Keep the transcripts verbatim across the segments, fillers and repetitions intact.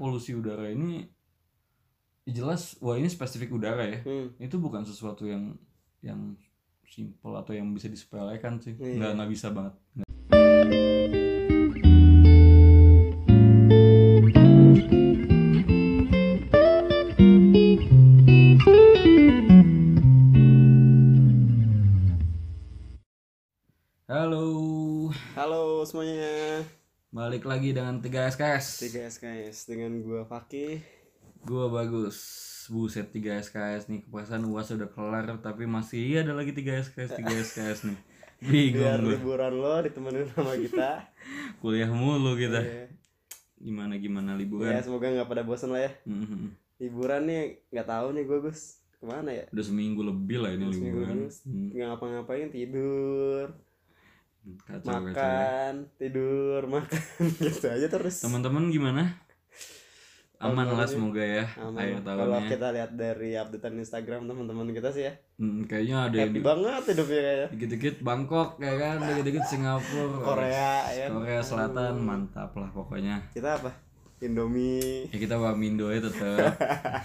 polusi udara ini jelas, wah ini spesifik udara ya. Hmm. Itu bukan sesuatu yang yang simple atau yang bisa disepelekan sih. Iya. Nggak nggak bisa banget. Halo, Halo semuanya, balik lagi dengan tiga S K S. tiga S K S dengan gua Fakih. Gua Bagus. Buset, tiga S K S nih. Kepuasan U A S udah kelar tapi masih ada lagi tiga S K S, tiga S K S nih. Biar Bingung gua. liburan lo ditemenin sama kita. Kuliah mulu kita. Iya. Gimana gimana liburan? Ya semoga nggak pada bosan lah ya. Mhm. Liburan nih nggak tahu nih gua Gus kemana ya. Udah seminggu lebih lah ini Seminggu liburan. Gus nggak ngapa-ngapain, tidur, Kacau, kacau. makan, tidur, makan gitu aja terus. Teman-teman gimana? Aman lah Tahun semoga ya Aman. akhir Kalau tahunnya. kita lihat dari updatean Instagram teman-teman kita sih ya, Hmm, kayaknya ada yang happy di- banget hidupnya kayaknya. dikit-dikit Bangkok ya kan, dikit-dikit Singapura, Korea ya. Korea Selatan, mantap lah pokoknya. Kita apa? Indomie. Ya kita Wamindo ya tetap.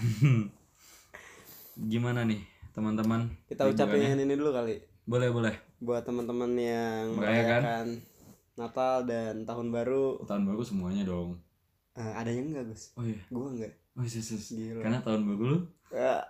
Gimana nih teman-teman? Kita ucapin liburannya? yang ini dulu kali. Boleh boleh. Buat teman-teman yang Merayakan. merayakan Natal dan Tahun Baru. Tahun baru semuanya dong. Eh, ada yang enggak Gus? Oh iya. Gua enggak. Oh iya, sis, sis. Gila. Karena tahun baru lu. Eh,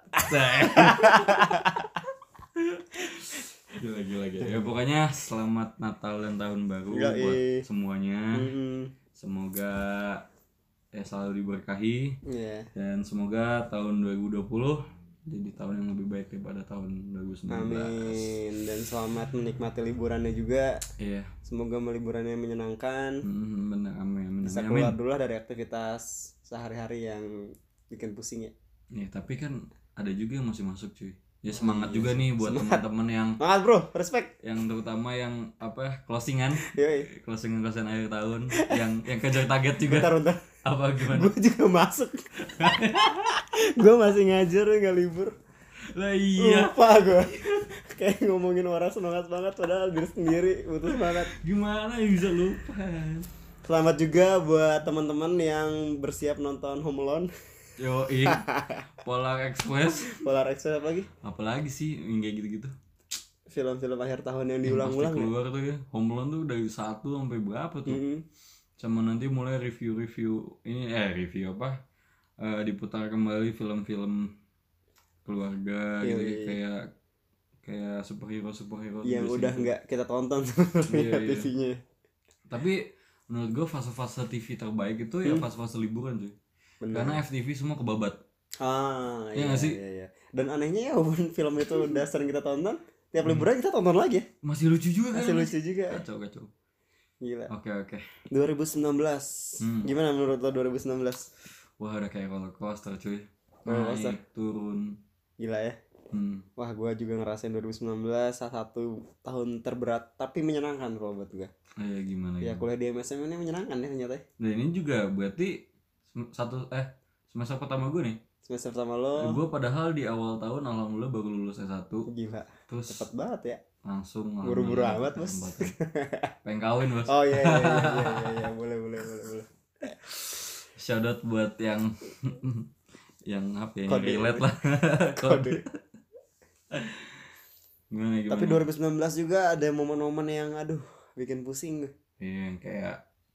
Gila gila gila. Ya pokoknya selamat Natal dan tahun baru Yoi. buat semuanya. mm, Semoga ya selalu diberkahi Iya. dan semoga tahun dua ribu dua puluh jadi tahun yang lebih baik daripada tahun dua ribu sembilan belas. Amin. Dan selamat menikmati liburannya juga. Iya. Semoga liburannya menyenangkan. Hmm, benar, amin amin. Bisa amin, keluar amin. dulu lah dari aktivitas sehari-hari yang bikin pusing ya. Ya, tapi kan ada juga yang masih masuk cuy. Ya semangat iya juga sih. nih buat Semangat. teman-teman yang Semangat bro, respect. yang terutama yang apa closingan, Yoi. closingan closingan akhir tahun yang yang kejar target juga. Bentar bentar. Apa gimana? Gue juga masuk. Gue masih ngajar nggak libur. Lah iya. Lupa gue. Kayak ngomongin orang semangat banget padahal diri sendiri butuh semangat. Gimana ya bisa lupa? Selamat juga buat teman-teman yang bersiap nonton Home Alone. Yo, Polar Express. Polar Express apa lagi? Apalagi sih yang kayak gitu-gitu. Film-film akhir tahun yang Yang diulang-ulang pasti ya. keluar tuh ya. Home Alone tuh dari satu sampai berapa tuh? Mm-mm. Sama nanti mulai review-review ini eh review apa? Eh, diputar kembali film-film keluarga gitu ya, Yoi. kayak kayak superhero superhero Yang gitu udah sih. nggak kita tonton Iya, iya. T V-nya. Tapi menurut gue fase-fase T V terbaik itu ya Hmm. fase-fase liburan cuy. Benar. Karena F T V semua kebabat. Ah, Iya iya, nggak sih? iya, iya. Dan anehnya ya walaupun film itu udah sering kita tonton, tiap Hmm. liburan kita tonton lagi ya. Masih lucu juga kan? Masih lucu juga. Kacau kacau. Gila. Oke oke. dua ribu sembilan belas. Hmm. Gimana menurut lo dua ribu sembilan belas? Wah udah kayak roller coaster cuy. Roller coaster. Naik turun. Gila ya. Hmm. Wah, gua juga ngerasain dua ribu sembilan belas salah satu tahun terberat tapi menyenangkan kalau buat gua. Eh gimana Ya ya? kuliah di M S M ini menyenangkan ya ternyata. ya. Dan ini juga berarti sem- satu eh semester pertama gue nih. Semester pertama lo. Gue padahal di awal tahun alhamdulillah baru lulus S satu. Gila. Terus Cepet banget ya. langsung Buru-buru alhamdulillah amat, Bos. kesempatan. Pengen kawin bos. Oh iya iya iya iya, iya, iya. boleh boleh boleh boleh. Shout out buat yang yang apa ya, yang Kode. relate lah. Kode. Gimana gimana? Tapi dua ribu sembilan belas juga ada momen-momen yang aduh bikin pusing. Iya, yang kayak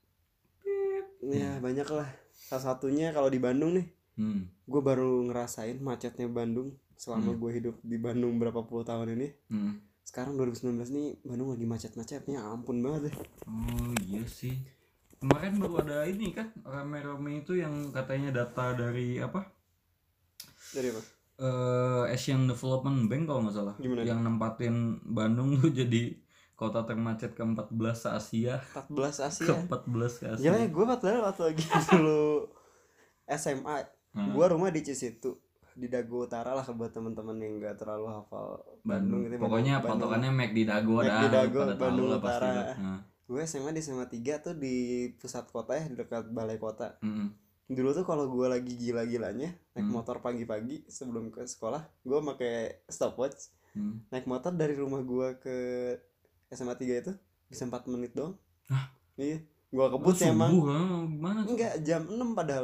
Ya banyak lah. Salah satunya kalau di Bandung nih, hmm, gue baru ngerasain macetnya Bandung selama Hmm. gue hidup di Bandung berapa puluh tahun ini. hmm. Sekarang dua ribu sembilan belas nih Bandung lagi macet-macetnya, ampun banget deh. Oh iya sih. Kemarin baru ada ini kan rame-rame itu yang katanya data dari apa? Dari apa? Eh, Asian Development Bank kalau nggak salah. Gimana? Yang nempatin Bandung tuh jadi kota termacet ke empat belas se Asia. empat belas Ke Asia. empat belas ke Asia. Gila ya, gue padahal waktu lagi dulu S M A, Hmm. gue rumah di Cisitu, di Dago Utara lah buat teman-teman yang nggak terlalu hafal Bandung. gitu. Pokoknya Bandung. patokannya Mac di Dago Mac dah. di Dago, pada tahu Bandung lah pasti Utara. lah. Nah. Gue S M A di S M A tiga tuh di pusat kota ya, di dekat balai kota. Mm-mm. Dulu tuh kalau gue lagi gila-gilanya naik Hmm. motor pagi-pagi sebelum ke sekolah, gue pakai stopwatch. Hmm. Naik motor dari rumah gue ke S M A tiga itu bisa empat menit doang. Hah? Iya. Gue Oh, kebut sih emang. subuh, ah, gimana tuh? Enggak, jam enam padahal.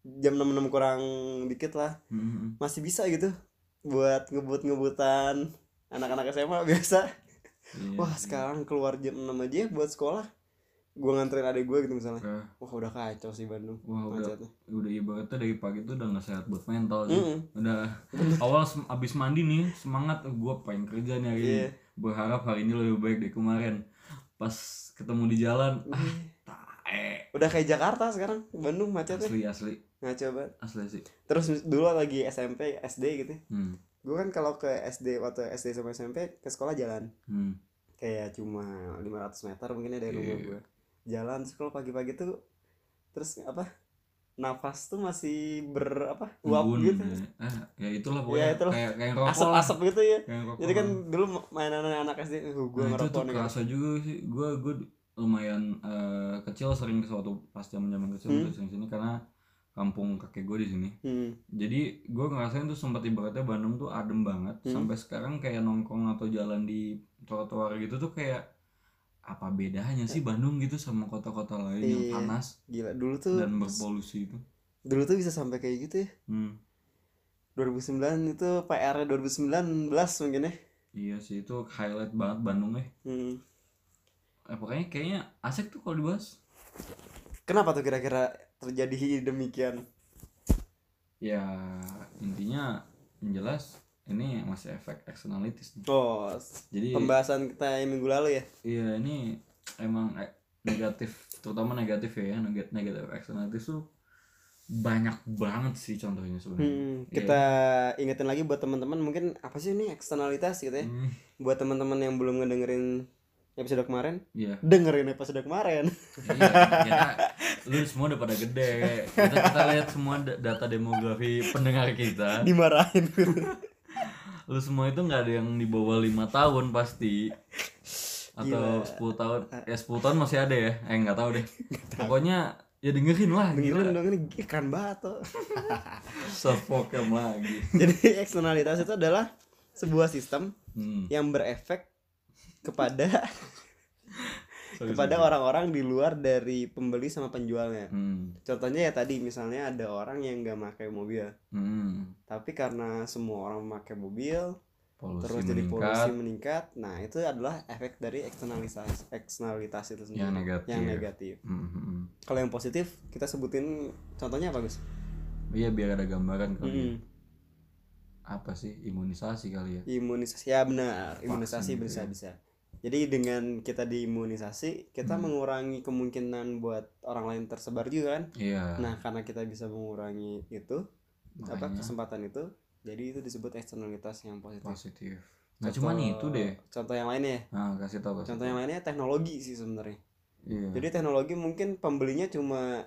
jam enam enam kurang dikit lah Hmm. masih bisa gitu buat ngebut-ngebutan anak-anak S M A biasa. Iya, Wah iya. sekarang keluar jam enam aja buat sekolah, gue nganterin adik gue gitu misalnya. Wah, Wah udah kacau sih Bandung wah udah macetnya. udah ibaratnya dari pagi tuh udah nggak sehat buat mental sih. Mm-mm. Udah awal sem- abis mandi nih semangat, gue pengen kerja nih hari ini. Iya. Berharap hari ini lebih baik dari kemarin. Pas ketemu di jalan, ah, Iya. tae. Udah kayak Jakarta sekarang Bandung macetnya Asli asli ngaco banget. asli sih. Terus dulu lagi S M P S D gitu, Hmm. gue kan kalau ke S D waktu S D sama S M P ke sekolah jalan Hmm. kayak cuma lima ratus meter mungkin ya dari rumah Iya. gue. Jalan sekolah pagi-pagi tuh terus apa nafas tuh masih ber apa uap Embun, gitu, ya. Ah, ya itulah Ya, pokoknya itulah. kayak kayak rokok lah. asap-asap gitu ya. Kayak rokok Jadi kan lah. dulu mainan anak S D uh, gue Nah, itu ngerokok tuh nih. kerasa juga sih. Gue gue lumayan eh, kecil sering ke suatu pas zaman zaman kecil Hmm. udah sering sini karena kampung kakek gue di sini. Hmm. Jadi gue ngerasain tuh sempat ibaratnya Bandung tuh adem banget. Hmm. Sampai sekarang kayak nongkrong atau jalan di trotoar gitu tuh kayak apa bedanya sih Bandung gitu sama kota-kota lain yang Iya. panas Gila dulu tuh dan berpolusi itu. dulu tuh bisa sampai kayak gitu ya. Hmm. dua ribu sembilan itu P R dua ribu sembilan belas mungkin ya. Iya sih itu highlight banget Bandung eh. Hmm. Eh, pokoknya kayaknya asik tuh kalau dibahas. Kenapa tuh kira-kira terjadi demikian? Ya intinya yang jelas ini masih efek externalities nih. Oh, Jadi pembahasan kita yang minggu lalu ya. iya ini emang eh, negatif, terutama negatif ya, negatif negatif externalities tuh banyak banget sih contohnya sebenarnya. Hmm, kita ingetin lagi buat teman-teman mungkin apa sih ini eksternalitas gitu ya. Hmm, Buat teman-teman yang belum ngedengerin episode kemarin, iya. dengerin episode kemarin. Iya, kita lu semua udah pada gede. Kita kita lihat semua da- data demografi pendengar kita. Dimarahin. Lu semua itu nggak ada yang di bawah lima tahun pasti. Atau Gila. sepuluh tahun. Ya sepuluh tahun masih ada ya. Eh nggak tahu deh. Pokoknya ya dengerin lah. Dengerin Gila. dong ini keren banget tuh. Self-focus lagi. Jadi eksternalitas itu adalah sebuah sistem Hmm. yang berefek kepada Sorry, kepada sorry. orang-orang di luar dari pembeli sama penjualnya. Hmm. Contohnya ya tadi misalnya ada orang yang nggak pakai mobil, Hmm. tapi karena semua orang memakai mobil, Polusi terus jadi meningkat. polusi meningkat. Nah itu adalah efek dari eksternalitas eksternalitas itu sendiri. Yang negatif. Yang negatif. Hmm, hmm, hmm. Kalau yang positif kita sebutin contohnya apa Gus? Iya biar ada gambaran kali. ya. Hmm. Apa sih imunisasi kali ya? Imunisasi ya benar, imunisasi Vaksin, bisa ya. bisa. Jadi dengan kita diimunisasi kita Hmm. mengurangi kemungkinan buat orang lain tersebar juga kan. Iya. Nah karena kita bisa mengurangi itu apa Makanya kesempatan itu, jadi itu disebut eksternalitas yang positif. positif. Nah Contoh- cuman itu deh. Contoh yang lainnya, Nah kasih tau kasih contoh tau. yang lainnya teknologi sih sebenarnya. Iya. Jadi teknologi mungkin pembelinya cuma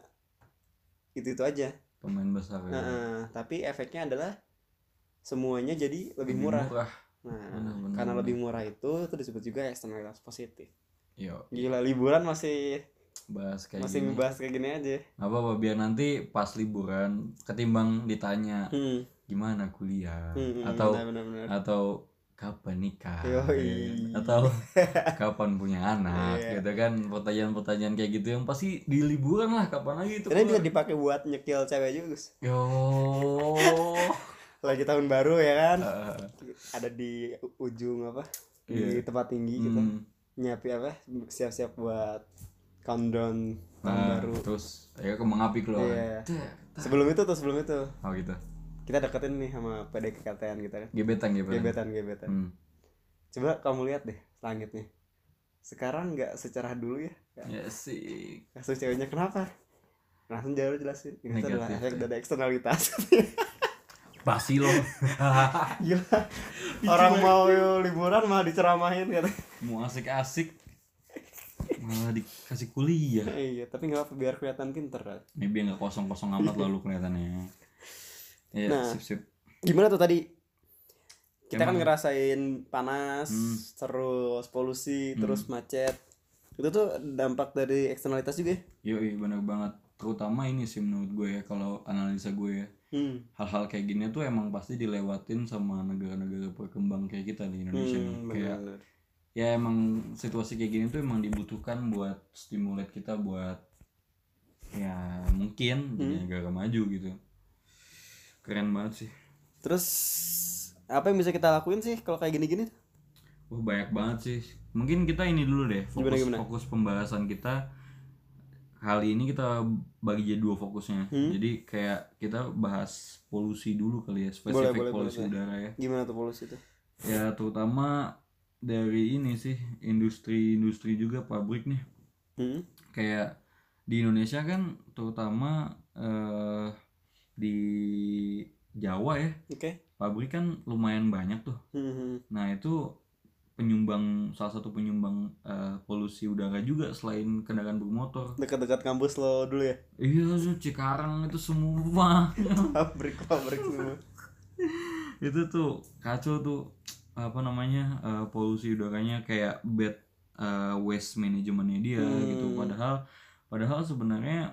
itu itu aja. Pemain besar ya. Nah, tapi efeknya adalah semuanya jadi lebih murah. Nah, Benar, benar, karena benar. lebih murah itu itu disebut juga eksternalitas positif. Yo, Gila liburan masih bahas kayak masih gini. ngebahas kayak gini aja. Apa apa biar nanti pas liburan ketimbang ditanya Hmm. gimana kuliah Hmm, hmm, atau benar, benar, benar. atau kapan nikah Yoi. atau kapan punya anak Iya. gitu kan, pertanyaan-pertanyaan kayak gitu yang pasti di liburan lah, kapan lagi itu Ini bisa keluar. dipakai buat nyekil cewek juga, Gus. Yo. Lagi tahun baru ya kan. Eh, Ada di u- ujung apa? Iya. Di tempat tinggi gitu. hmm. Nyiapin apa? Siap-siap buat countdown tahun Nah, baru. terus ya kembang api keluar. Iya. Sebelum itu tuh, sebelum itu Oh gitu. kita deketin nih sama P D K T-an kita kan. Gebetan gebetan. Gebetan, gebetan. Hmm. Coba kamu lihat deh langitnya. Sekarang nggak secerah dulu ya. Ya sih. Kasus ceweknya kenapa? Langsung jauh jelasin. Ini tuh adalah Negatif, efek ya. dari eksternalitas. Basi lo. Gila. Orang mau liburan malah diceramahin kata. Mau asik-asik malah dikasih kuliah. Iya, tapi nggak apa biar kelihatan pinter kan. Ini biar nggak kosong-kosong amat lalu kelihatannya. Ya, Nah. sip-sip. Gimana tuh tadi? Kita kan Emang- ngerasain panas, Hmm. terus polusi, Hmm. terus macet. Itu tuh dampak dari eksternalitas juga ya? Yoi, bener banget. Terutama ini sih menurut gue ya, kalau analisa gue ya. Hmm. Hal-hal kayak gini tuh emang pasti dilewatin sama negara-negara berkembang kayak kita di Indonesia nih. Hmm, Kayak benar. ya emang situasi kayak gini tuh emang dibutuhkan buat stimulat kita buat ya mungkin jadi Hmm. negara maju gitu. Keren banget sih. Terus apa yang bisa kita lakuin sih kalau kayak gini-gini? Wah banyak banget sih. Mungkin kita ini dulu deh, fokus Gimana, gimana? fokus pembahasan kita kali ini kita bagi jadi dua fokusnya. Hmm? Jadi kayak kita bahas polusi dulu kali ya, Boleh, spesifik boleh, polusi boleh. udara ya. Gimana tuh polusi itu? Ya terutama dari ini sih, industri-industri juga, pabrik nih. Hmm? Kayak di Indonesia kan terutama eh, di Jawa ya, Oke. pabrik kan lumayan banyak tuh. Hmm. Nah itu penyumbang, salah satu penyumbang eh, polusi udara juga selain kendaraan bermotor. Dekat-dekat kampus lo dulu ya? Iya tuh Cikarang itu semua Pabrik-pabrik semua. itu tuh kacau tuh, apa namanya, eh, polusi udaranya, kayak bad eh, waste manajemennya dia Hmm. gitu. Padahal padahal sebenarnya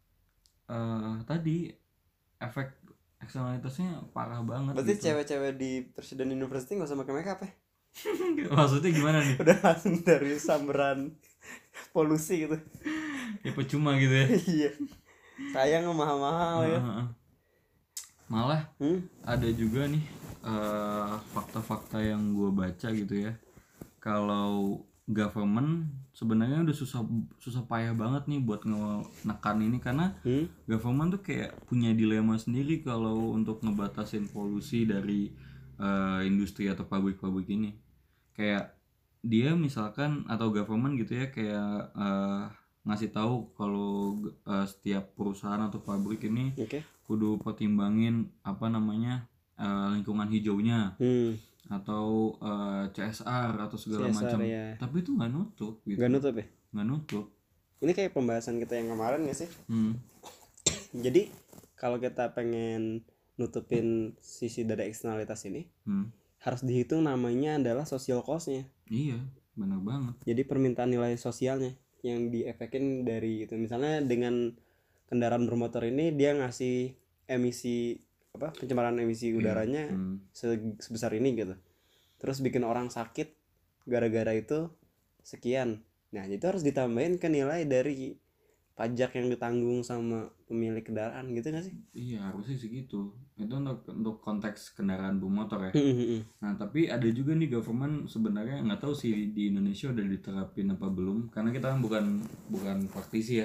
eh, tadi efek eksternalitasnya parah banget. Berarti gitu. cewek-cewek di Presiden University gak usah pakai makeup ya? Maksudnya gimana nih? Udah langsung dari sambaran polusi gitu. Ya percuma gitu ya. Iya. Sayang mahal-mahal ya. Heeh. Malah Hmm? ada juga nih eh, fakta-fakta yang gue baca gitu ya, kalau government sebenarnya udah susah susah payah banget nih buat ngenekan ini, karena Hmm? government tuh kayak punya dilema sendiri kalau untuk ngebatasin polusi dari eh, industri atau pabrik-pabrik ini. Kayak dia misalkan, atau government gitu ya, kayak eh, ngasih tahu kalau eh, setiap perusahaan atau pabrik ini Oke. kudu pertimbangin apa namanya eh, lingkungan hijaunya Hmm. atau eh, C S R atau segala C S R, macam. ya. Tapi itu nggak nutup gitu. Gak nutup ya? Nggak nutup. Ini kayak pembahasan kita yang kemarin gak sih? Hmm. Jadi kalau kita pengen nutupin sisi dari eksternalitas ini, Hmm. harus dihitung namanya adalah social cost-nya. Iya, benar banget. Jadi permintaan nilai sosialnya yang diefekin dari itu. Misalnya dengan kendaraan bermotor ini dia ngasih emisi apa pencemaran emisi udaranya Hmm. se- sebesar ini gitu. Terus bikin orang sakit gara-gara itu sekian. Nah, itu harus ditambahin ke nilai dari pajak yang ditanggung sama pemilik kendaraan gitu gak sih? Iya, harusnya segitu. Itu untuk untuk konteks kendaraan bermotor ya. Hmm. Nah, tapi ada juga nih government sebenarnya, nggak tahu sih di Indonesia udah diterapin apa belum, karena kita kan bukan bukan praktisi ya.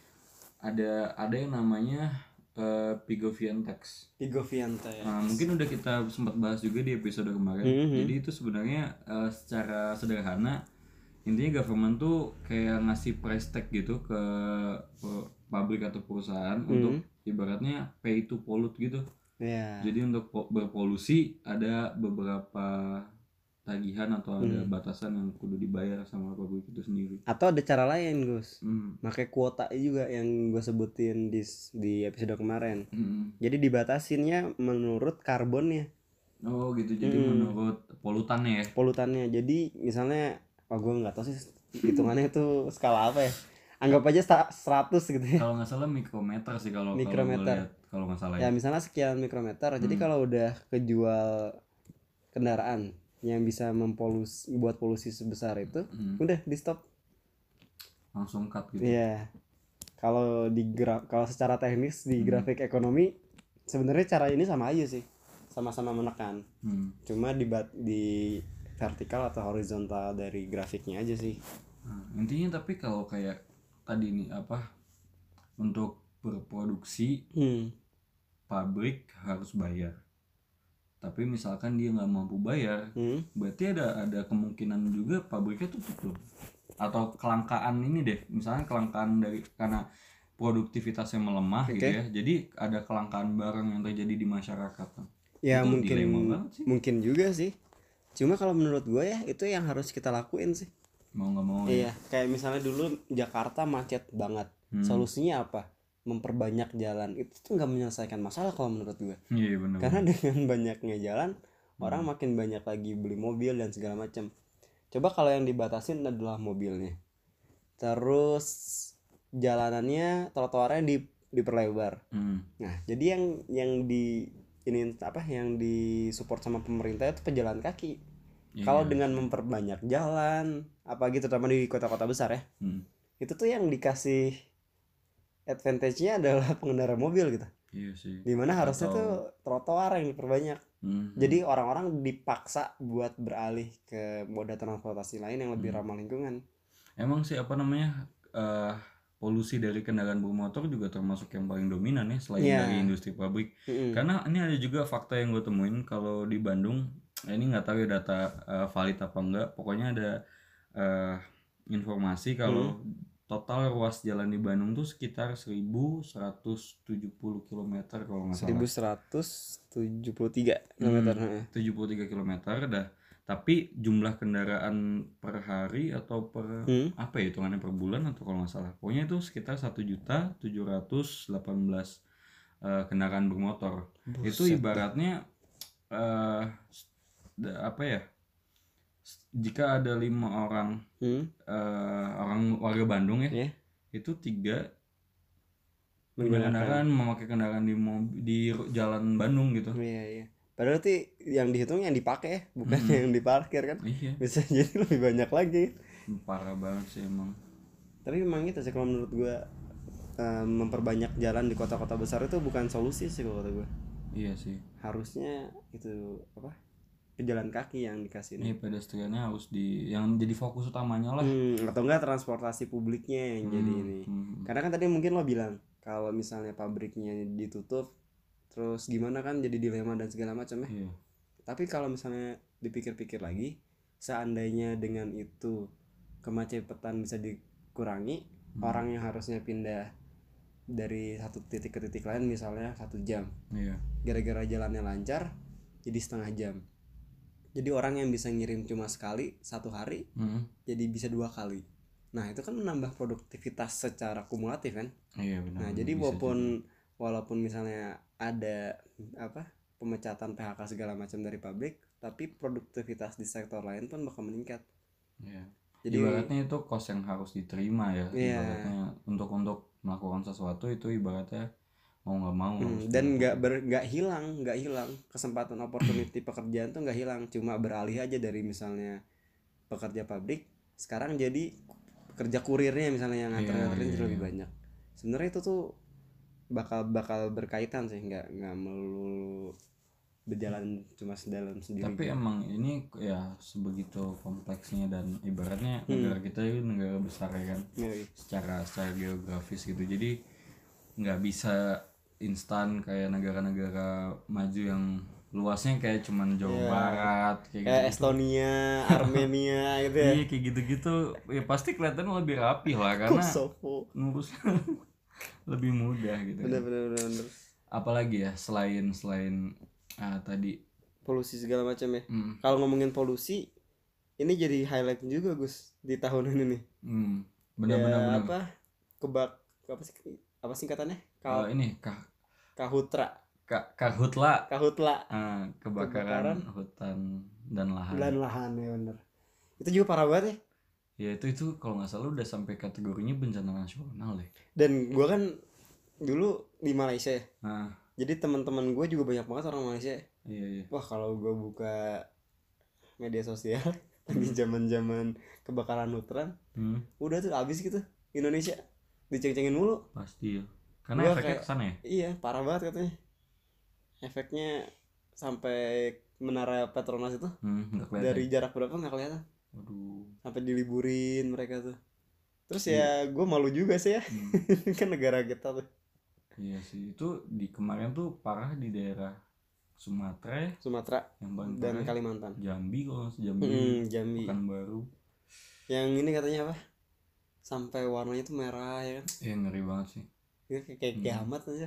Ada ada yang namanya uh, Pigovian tax. Pigovian tax. Nah, mungkin udah kita sempat bahas juga di episode kemarin. Mhm. Jadi itu sebenarnya uh, secara sederhana intinya government tuh kayak ngasih price tag gitu ke uh, pabrik atau perusahaan Mhm. untuk ibaratnya pay to pollute gitu. Ya. Jadi untuk po- berpolusi ada beberapa tagihan atau ada Hmm. batasan yang kudu dibayar sama pabrik itu sendiri. Atau ada cara lain, Gus. Hmm. Pakai kuota juga yang gue sebutin di di episode kemarin. Hmm. Jadi dibatasinnya menurut karbonnya, Oh gitu, jadi Hmm. menurut polutannya ya. polutannya. Jadi misalnya, oh gue nggak tahu sih hitungannya itu skala apa ya. Anggap aja sta- seratus gitu ya. Kalau nggak salah mikrometer sih kalau kalau gua Mikrometer. lihat, kalau nggak salah Ya ya. misalnya sekian mikrometer. Jadi Hmm. kalau udah kejual kendaraan yang bisa mempolusi buat polusi sebesar itu, Hmm. udah di stop. Langsung cut gitu. Iya. Kalau di gra- kalau secara teknis di Hmm. grafik ekonomi sebenarnya cara ini sama aja sih. Sama-sama menekan. Hmm. Cuma di bat- di vertikal atau horizontal dari grafiknya aja sih. Nah, intinya tapi kalau kayak tadi nih apa, untuk berproduksi Hmm. pabrik harus bayar. Tapi misalkan dia nggak mampu bayar, Hmm. berarti ada ada kemungkinan juga pabriknya tutup loh. Atau kelangkaan ini deh, misalnya kelangkaan dari karena produktivitasnya melemah gitu Oke. ya. Jadi ada kelangkaan barang yang terjadi di masyarakat. Ya Itu mungkin dilema banget sih. mungkin juga sih. Cuma kalau menurut gue ya itu yang harus kita lakuin sih. Mau nggak mau ya. Iya, kayak misalnya dulu Jakarta macet banget. Hmm. Solusinya apa? Memperbanyak jalan. Itu tuh nggak menyelesaikan masalah kalau menurut gue. Iya benar. Karena dengan banyaknya jalan, Hmm. orang makin banyak lagi beli mobil dan segala macam. Coba kalau yang dibatasin adalah mobilnya. Terus jalanannya, trotoarnya di diperlebar. Hmm. Nah, jadi yang yang di ini apa yang disupport sama pemerintah itu pejalan kaki. Iya. Kalau dengan memperbanyak jalan, apa gitu terutama di kota-kota besar ya. Hmm. Itu tuh yang dikasih advantage-nya adalah pengendara mobil gitu. Iya sih. Dimana harusnya Atau- tuh trotoar yang diperbanyak. Hmm, Jadi orang-orang dipaksa buat beralih ke moda transportasi lain yang lebih Hmm. ramah lingkungan. emang sih apa namanya eh, polusi dari kendaraan bermotor juga termasuk yang paling dominan ya selain Iya. dari industri pabrik. Mm-mm. Karena ini ada juga fakta yang gue temuin kalau di Bandung, eh, ini nggak tahu ya data eh, valid apa enggak. Pokoknya ada eh, informasi kalau total ruas jalan di Bandung tuh sekitar seribu seratus tujuh puluh kilometer kalau nggak salah. seribu seratus tujuh puluh tiga kilometer. Hmm, tujuh puluh tiga kilometer dah. Tapi jumlah kendaraan per hari atau per Hmm. apa ya hitungannya per bulan atau kalau nggak salah. Pokoknya itu sekitar satu juta tujuh ratus delapan belas eh, kendaraan bermotor. Itu Buset. ibaratnya eh da- apa ya? S- Jika ada lima orang Hmm. eh, orang warga Bandung ya, Ya. itu tiga punya Menggunakan. kendaraan memakai kendaraan di mobil, di ru- jalan Bandung gitu. Iya, iya. Padahal tuh yang dihitung yang dipakai ya, bukan Mm-mm. yang diparkir kan. Iya, Bisa jadi lebih banyak lagi. parah banget sih emang. Tapi memang itu sih kalau menurut gua, eh, memperbanyak jalan di kota-kota besar itu bukan solusi sih kalau kata gua. Iya sih. Harusnya itu apa? Pejalan kaki yang dikasih. Ini pedestriannya harus di yang jadi fokus utamanya lah. Hmm, atau enggak transportasi publiknya yang jadi Hmm, ini. hmm. Karena kan tadi mungkin lo bilang kalau misalnya pabriknya ditutup, terus gimana kan jadi dilema dan segala macam ya. Iya. Tapi kalau misalnya dipikir-pikir lagi, seandainya dengan itu kemacetan bisa dikurangi, Hmm. orang yang harusnya pindah dari satu titik ke titik lain misalnya satu jam, Iya. gara-gara jalannya lancar jadi setengah jam. Jadi orang yang bisa ngirim cuma sekali satu hari Hmm. jadi bisa dua kali. Nah itu kan menambah produktivitas secara kumulatif kan. Iya benar. Nah benar. jadi Bisa walaupun juga. walaupun misalnya ada apa pemecatan P H K segala macam dari pabrik, tapi produktivitas di sektor lain pun bakal meningkat. Iya. Jadi Ibaratnya itu cost yang harus diterima ya. Iya. Ibaratnya untuk untuk melakukan sesuatu itu ibaratnya mau nggak mau hmm, harus dan dilakukan. nggak ber nggak hilang nggak hilang kesempatan opportunity pekerjaan tuh nggak hilang, cuma beralih aja dari misalnya pekerja pabrik sekarang jadi pekerja kurirnya misalnya yang nganter-nganterin Iya, jadi iya, lebih iya. banyak. Sebenarnya itu tuh bakal bakal berkaitan sih, nggak nggak melulu berjalan cuma sedalam sendiri. Tapi emang ini ya sebegitu kompleksnya dan ibaratnya Hmm. negara kita itu negara besar ya kan. Yoi. secara secara geografis gitu, jadi nggak bisa instan kayak negara-negara maju yang luasnya kayak cuman Jawa Iya. Barat kayak Kayak gitu. Estonia, Armenia gitu ya. Iya kayak gitu-gitu ya pasti kelihatan lebih rapi lah karena Kosovo. ngurus lebih mudah gitu. Bener kan. bener bener. bener. Apalagi ya selain selain ah, tadi Polusi segala macam ya. hmm, Kalau ngomongin polusi, ini jadi highlight juga Gus di tahun ini nih. hmm, Ya, benar-benar benar. apa kebak apa sih apa singkatannya? Kalau Ka, ini kah Kahutra, Ka- Karhutla Kahutla ah, Kebakaran kebakaran hutan dan lahan. dan lahan ya bener. Itu juga parah banget ya. Ya itu itu kalau nggak salah udah sampai kategorinya bencana nasional deh. Dan gua kan dulu di Malaysia ya. Nah, Jadi teman-teman gue juga banyak banget orang Malaysia. iya iya. Wah kalau gue buka media sosial lagi zaman-zaman kebakaran hutan, Hmm, udah tuh abis gitu Indonesia diceng-cengin mulu. pasti ya. Karena Gua efeknya kayak- kesana ya. Iya parah banget katanya. Efeknya sampai menara Petronas itu Hmm, nggak kelihatan. dari jarak berapa nggak kelihatan. Waduh. Sampai diliburin mereka tuh. Terus ya gue malu juga sih ya. Hmm, Kan negara kita tuh. iya sih itu di kemarin tuh parah di daerah Sumatera ya, Sumatera yang paling dan parah. Kalimantan. Jambi kalau nggak salah, Jambi, Hmm, Jambi. Pekanbaru. Yang ini katanya apa? Sampai warnanya tuh merah ya kan. Iya ngeri banget sih. Itu kayak kayak Hmm. kiamat anjir.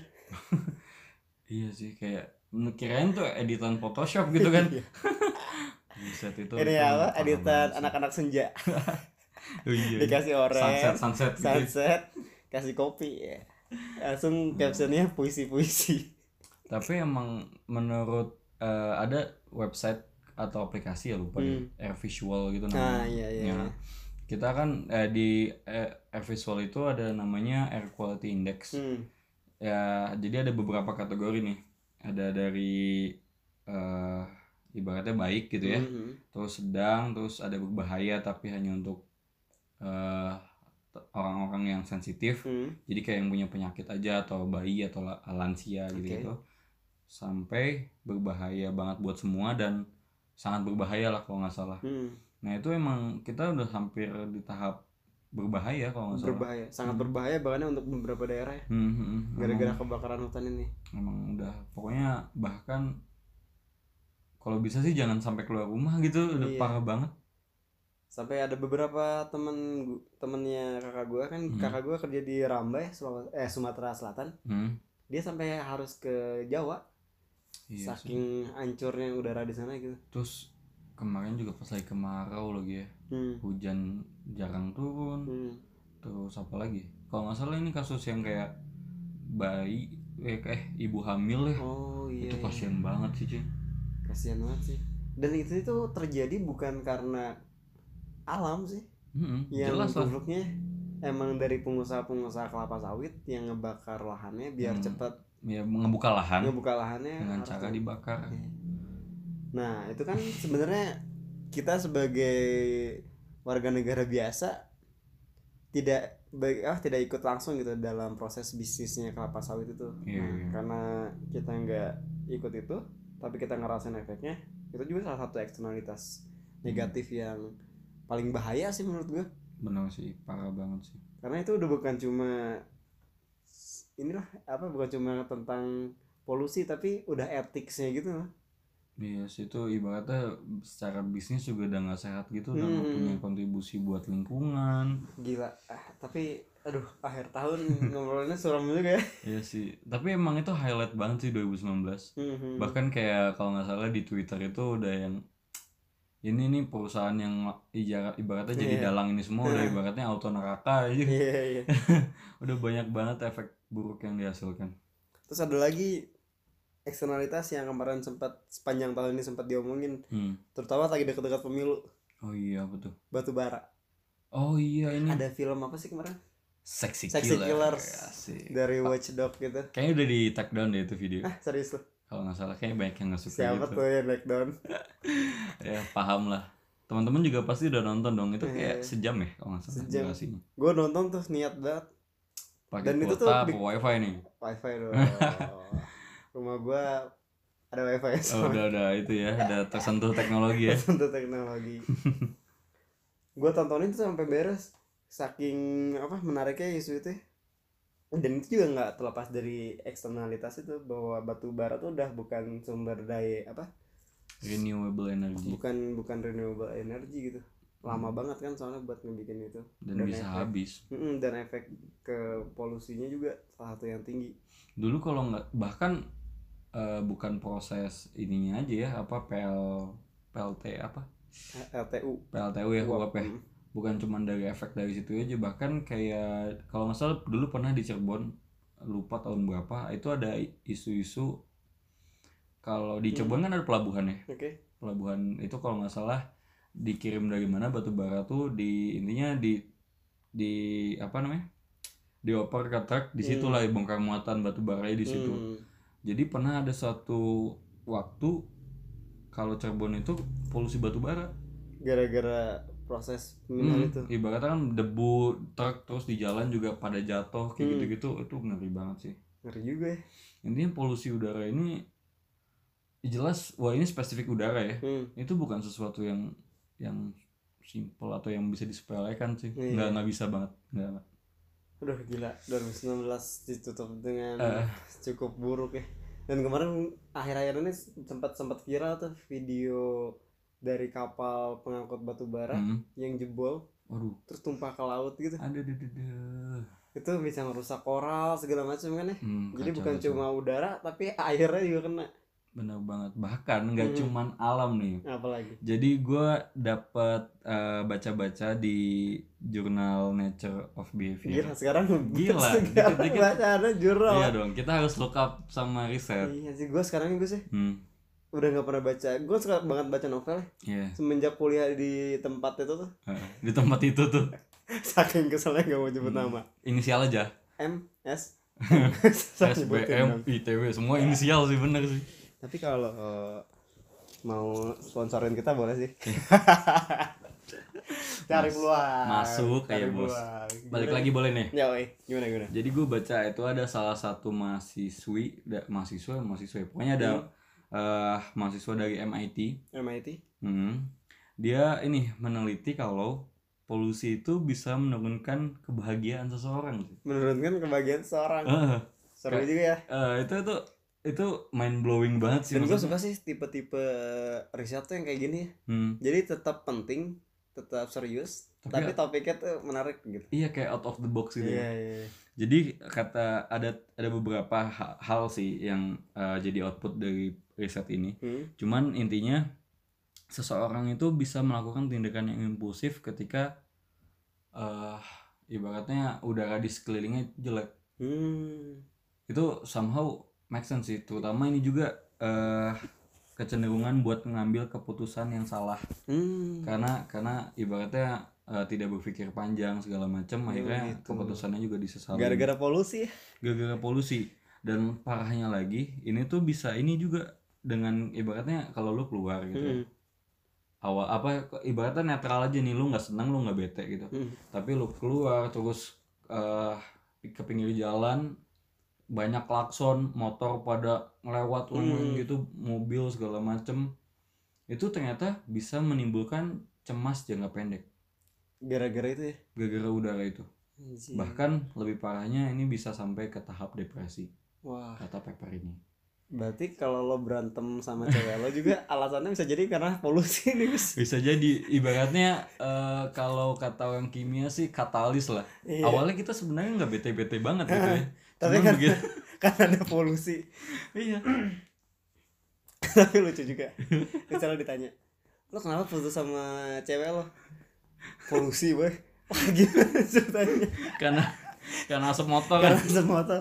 Iya sih kayak kirain tuh editan Photoshop gitu kan. Buset itu. Ini itu apa? parah Editan banget sih. anak-anak senja. Oh, iya, iya. Dikasih orange, sunset sunset gitu. sunset, kasih kopi ya. Langsung captionnya puisi-puisi. Tapi emang menurut eh, ada website atau aplikasi ya lupa deh, Hmm. Air Visual gitu Nah, namanya. iya iya. Ya. iya. Kita kan eh, di eh, Air Visual itu ada namanya Air Quality Index. Hmm. Ya, jadi ada beberapa kategori nih. Ada dari eh, ibaratnya baik gitu ya. Mhm. Terus sedang, terus ada berbahaya tapi hanya untuk eh, t- orang-orang yang sensitif, Hmm. jadi kayak yang punya penyakit aja atau bayi atau la- lansia Oke. gitu-gitu, sampai berbahaya banget buat semua dan sangat berbahaya lah kalau nggak salah. Hmm. Nah itu emang kita udah hampir di tahap berbahaya kalau nggak salah. Berbahaya, sangat berbahaya bahkan untuk beberapa daerah ya, Hmm, hmm, hmm. gara-gara Emang, kebakaran hutan ini. emang udah pokoknya bahkan kalau bisa sih jangan sampai keluar rumah gitu, udah Iya. parah banget. Sampai ada beberapa temen gu- temennya kakak gue kan, Hmm. kakak gue kerja di Rambai, Sulawesi- eh Sumatera Selatan. Hmm. Dia sampai harus ke Jawa, Iya sih. saking hancurnya udara di sana gitu. Terus kemarin juga pas lagi kemarau lagi ya, Hmm. hujan jarang turun. Hmm. Terus apa lagi? Kalau nggak salah ini kasus yang kayak bayi, eh, eh ibu hamil ya. Oh iya, Itu iya. kasihan banget sih cuy. Kasihan banget sih. Dan itu itu terjadi bukan karena alam sih, Mm-mm, yang jelas lah. gobloknya emang dari pengusaha-pengusaha kelapa sawit yang ngebakar lahannya biar Hmm. cepat Ya ngebuka lahan ngebuka lahannya dengan harus cara tuh. dibakar. Nah itu kan sebenarnya kita sebagai warga negara biasa tidak baik ah tidak ikut langsung gitu dalam proses bisnisnya kelapa sawit itu. Iya, Nah, iya. karena kita nggak ikut itu, tapi kita ngerasain efeknya, itu juga salah satu eksternalitas negatif yang paling bahaya sih menurut gue. Benar sih, parah banget sih. Karena itu udah bukan cuma inilah apa bukan cuma tentang polusi, tapi udah etiknya gitu loh. Iya sih, itu ibaratnya secara bisnis juga udah nggak sehat gitu, udah nggak Hmm. punya kontribusi buat lingkungan. Gila. Ah, tapi aduh akhir tahun ngobrolinnya suram juga ya. Iya sih, tapi emang itu highlight banget sih dua ribu sembilan belas. Hmm. Bahkan kayak kalau nggak salah di Twitter itu udah yang ini nih perusahaan yang ija- ibaratnya jadi Iya. dalang ini semua udah ibaratnya auto neraka aja. Iya iya. Udah banyak banget efek buruk yang dihasilkan. Terus ada lagi eksternalitas yang kemarin sempat sepanjang tahun ini sempat diomongin, Hmm. terutama lagi dekat-dekat pemilu, Oh iya betul. batu bara. Oh iya ini Ada film apa sih kemarin? Sexy, Sexy Killer. Killers Asik. dari Watchdog gitu. Kayaknya udah di tag down deh itu video. Ah serius loh? Kalau nggak salah kayaknya banyak yang nggak suka Siapa gitu. tuh yang naik down? Ya paham lah. Teman-teman juga pasti udah nonton dong. Itu kayak Iya. sejam ya kalau nggak salah Sejam. durasinya. Gue nonton tuh niat banget. Pakai Dan itu tuh kuota apa di- wifi nih? Wifi dong. Rumah gue ada wifi Oh, soalnya. udah udah itu ya, udah tersentuh teknologi ya. Untuk teknologi. Gue tontonin tuh sampai beres, saking apa menariknya isu itu. Dan itu juga nggak terlepas dari eksternalitas itu, bahwa batu bara tuh udah bukan sumber daya apa, Renewable energy bukan bukan renewable energy gitu. Lama banget kan soalnya buat ngebikin itu. dan bisa efek- habis. Mm-mm, dan efek ke polusinya juga salah satu yang tinggi. Dulu kalau nggak bahkan eh, bukan proses ininya aja ya, apa P L P L T apa? L T U. P L T U ya, Uap. uap ya. Mm. Bukan cuma dari efek dari situ aja, bahkan kayak kalau nggak salah dulu pernah di Cirebon, lupa tahun berapa, itu ada isu-isu kalau di Cirebon kan ada pelabuhan ya. Oke. Pelabuhan itu kalau nggak salah dikirim dari mana batu bara tuh, di intinya di di apa namanya, dioper ke truk, di situ lah bongkar muatan batu baranya di situ. Hmm. Jadi pernah ada suatu waktu kalau Cirebon itu polusi batu bara. Gara-gara proses penggunaan Hmm, itu. ibaratnya kan debu truk terus di jalan juga pada jatuh kayak Hmm. gitu-gitu, itu ngeri banget sih. Ngeri juga ya. Intinya polusi udara ini jelas, wah ini spesifik udara ya. Hmm. Itu bukan sesuatu yang yang simple atau yang bisa disepelekan sih. Iya. Nggak nggak bisa banget. Nggak. nggak. Aduh gila, dua ribu sembilan belas ditutup dengan Eh. cukup buruk ya. Dan kemarin akhir-akhir ini sempat sempat viral tuh video dari kapal pengangkut batu bara Hmm. yang jebol Waduh. terus tumpah ke laut gitu. Ada deh deh deh. Itu bisa merusak koral segala macam kan ya. Hmm, Jadi kacau, bukan kacau. cuma udara tapi airnya juga kena. Benar banget. Bahkan nggak Hmm. cuman alam nih. Apalagi. Jadi gue dapat eh, baca-baca di jurnal Nature of Behavior. Gila sekarang Gila, sekarang dikit-dikit. bacaannya jurnal. Iya dong, kita harus look up sama riset. Iya sih, gue sekarang gue sih Hmm, udah nggak pernah baca. Gue suka banget baca novel iya. semenjak kuliah di tempat itu tuh. Eh, di tempat itu tuh Saking keselnya gak mau nyebut nama. inisial aja. M S S Susah B nyebutin M dong. I T W semua inisial sih, bener sih. Tapi kalau eh, mau sponsorin kita boleh sih. Cari Mas- peluang. masuk Cari kayak bos. peluang. Balik Gimana? lagi boleh nih. Ya, woi. Gimana gimana? Jadi gue baca itu ada salah satu mahasiswi, da, mahasiswa, mahasiswa, ya. Pokoknya ada eh, mahasiswa dari M I T. M I T. Hmm. Dia ini meneliti kalau polusi itu bisa menurunkan kebahagiaan seseorang. Menurunkan kebahagiaan seorang. Eh, Seru Kayak- juga ya. eh, itu itu itu mind blowing banget sih. Dan gue maksudnya. suka sih tipe-tipe riset tuh yang kayak gini ya. Hmm. Jadi tetap penting, tetap serius, Tapi- tapi, topiknya tuh menarik gitu. Iya kayak out of the box gitu. Iya, ya. iya. Jadi kata ada ada beberapa ha- hal sih yang eh, jadi output dari riset ini. Hmm. Cuman intinya seseorang itu bisa melakukan tindakan yang impulsif ketika eh ibaratnya udara di sekelilingnya jelek. Hmm. Itu somehow make sense sih. Terutama ini juga eh kecenderungan buat mengambil keputusan yang salah. Hmm. Karena karena ibaratnya eh, tidak berpikir panjang segala macam, akhirnya gitu. keputusannya juga disesali. Gara-gara polusi ya. Gara-gara polusi. Dan parahnya lagi, ini tuh bisa ini juga dengan ibaratnya kalau lu keluar gitu. Hmm. Awal apa ibaratnya netral aja nih, lu nggak senang, lu nggak bete gitu. Hmm. Tapi lu keluar terus eh, ke pinggir jalan banyak klakson, motor pada ngelewat Hmm. gitu, mobil segala macem. Itu ternyata bisa menimbulkan cemas jangka pendek Gara-gara itu ya. gara-gara udara itu. Anjir. Bahkan lebih parahnya ini bisa sampai ke tahap depresi, Wah, kata paper ini. berarti kalau lo berantem sama cewek lo juga alasannya bisa jadi karena polusi nih, Gus. Bisa jadi ibaratnya eh, kalau kata orang kimia sih katalis lah. Iya. Awalnya kita sebenarnya nggak bete-bete banget gitu ya. Tapi Cuman kan begitu. kan ada polusi. Iya. Tapi lucu juga. Misalnya ditanya, lo kenapa putus sama cewek lo? Polusi, boy. Wah, gimana ceritanya? Karena karena asap motor kan. Karena asap motor.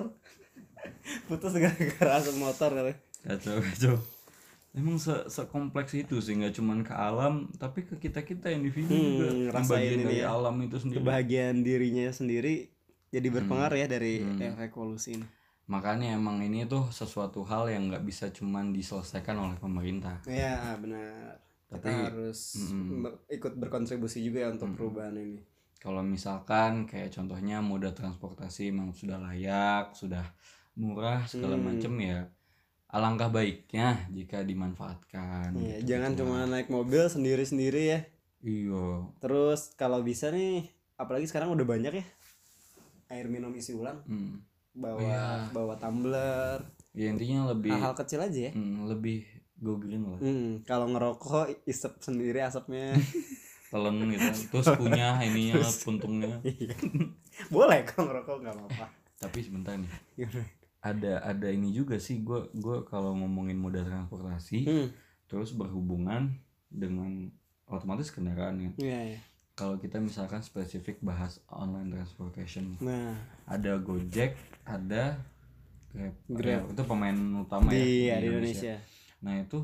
Putus gara-gara asap motor kali. Kacau kacau. Emang se sekompleks itu sih, nggak cuman ke alam tapi ke kita kita individu Hmm, juga. Yang ngerasain bagian ini dari ya. alam itu sendiri. Kebahagiaan dirinya sendiri jadi berpengaruh ya dari Hmm. efek polusi ini. Makanya emang ini tuh sesuatu hal yang nggak bisa cuman diselesaikan oleh pemerintah. Iya, benar. Kita Tapi, harus mm-mm. ber- ikut berkontribusi juga ya untuk perubahan ini. Kalau misalkan kayak contohnya moda transportasi memang sudah layak, sudah murah segala Hmm. macem ya, alangkah baiknya jika dimanfaatkan. Iya, gitu, jangan gitu cuma lah. naik mobil sendiri-sendiri ya. Iya. Terus kalau bisa nih, apalagi sekarang udah banyak ya air minum isi ulang, Hmm. bawa Oh, iya. bawa tumbler, Ya intinya lebih hal-hal kecil aja ya. hmm, lebih go green lah. Hmm, kalau ngerokok isep sendiri asapnya. Telan gitu. Terus punya ininya puntungnya. Iya. Boleh kok ngerokok nggak apa-apa. Tapi sebentar nih. Gimana? Ada ada ini juga sih, gue gua kalau ngomongin moda transportasi Hmm, terus berhubungan dengan otomatis kendaraan kan. iya, iya. Kalau kita misalkan spesifik bahas online transportation, Nah, ada Gojek, ada Grab. Grab. Ya, itu pemain utama di, ya di Indonesia. Nah itu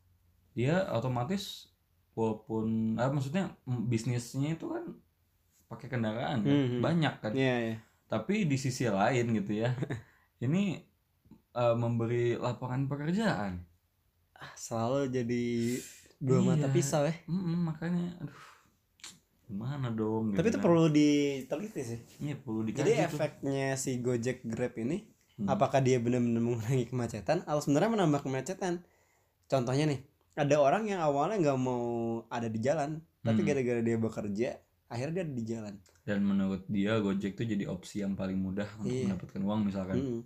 dia otomatis walaupun ah, maksudnya mm, bisnisnya itu kan pakai kendaraan kan, Hmm, hmm. banyak kan. Iya, iya. Tapi di sisi lain gitu ya, ini eh, memberi lapangan pekerjaan. Ah, selalu jadi dua Iya. mata pisau ya. Mm-mm, makanya aduh gimana dong gitu Tapi itu kan. perlu diteliti sih. Iya, perlu dikaji Jadi tuh. efeknya si Gojek Grab ini, Hmm. apakah dia benar-benar mengurangi kemacetan atau sebenarnya menambah kemacetan? Contohnya nih, ada orang yang awalnya nggak mau ada di jalan, tapi Hmm. gara-gara dia bekerja, akhirnya dia ada di jalan. Dan menurut dia Gojek itu jadi opsi yang paling mudah untuk Iya. mendapatkan uang misalkan. Hmm.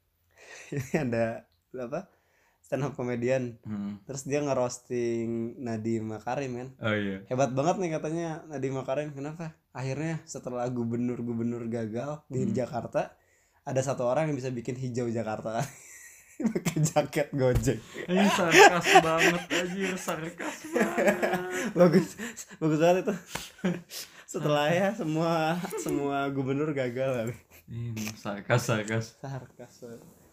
Ini ada apa? Stand up komedian. Hmm. Terus dia ngerosting Nadiem Makarim kan. Oh iya. Hebat banget nih katanya Nadiem Makarim. Kenapa? Akhirnya setelah gubernur-gubernur gagal di Hmm. Jakarta, ada satu orang yang bisa bikin hijau Jakarta. Pakai jaket Gojek. Ini sarkas banget anjir, sarkas banget. Bagus. Bagus banget itu. Setelah ya semua semua gubernur gagal. Ini sarkas sarkas. Sarkas.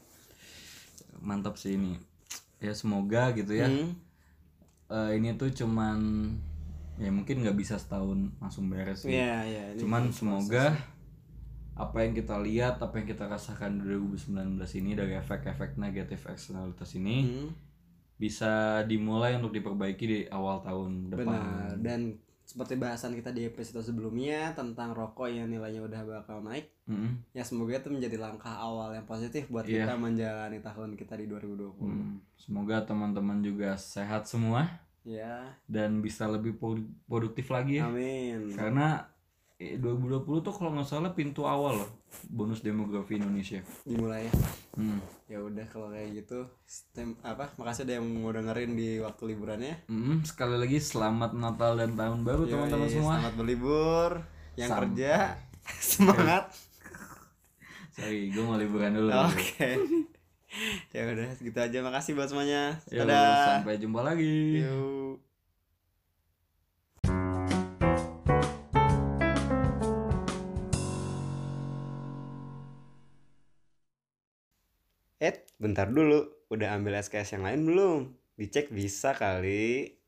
Mantap sih ini. Ya semoga gitu ya. Hmm. Eh, ini tuh cuman ya mungkin nggak bisa setahun langsung beres sih. Iya, iya. ini Cuman proses. semoga apa yang kita lihat, apa yang kita rasakan di dua ribu sembilan belas ini dari efek-efek negatif eksternalitas ini Hmm. bisa dimulai untuk diperbaiki di awal tahun depan. Benar. Dan seperti bahasan kita di episode sebelumnya tentang rokok yang nilainya udah bakal naik. Mm-hmm. Ya semoga itu menjadi langkah awal yang positif buat Iya. kita menjalani tahun kita di dua ribu dua puluh. Hmm, semoga teman-teman juga sehat semua Ya, dan bisa lebih produ- produktif lagi ya. amin. Karena eh, dua ribu dua puluh tuh kalau nggak salah pintu awal loh bonus demografi Indonesia. Dimulai ya. Hmm. Ya udah kalau kayak gitu, stem, apa? Makasih udah yang mau dengerin di waktu liburannya. Mm, sekali lagi selamat Natal dan tahun baru Yoi, teman-teman semua. Selamat berlibur. Yang Sam- kerja semangat. Sorry, gue mau liburan dulu. Oke. Ya udah segitu aja. Makasih buat semuanya. Ya, Dadah. sampai jumpa lagi. Yuk. Eh, bentar dulu. Udah ambil S K S yang lain belum? Dicek bisa kali.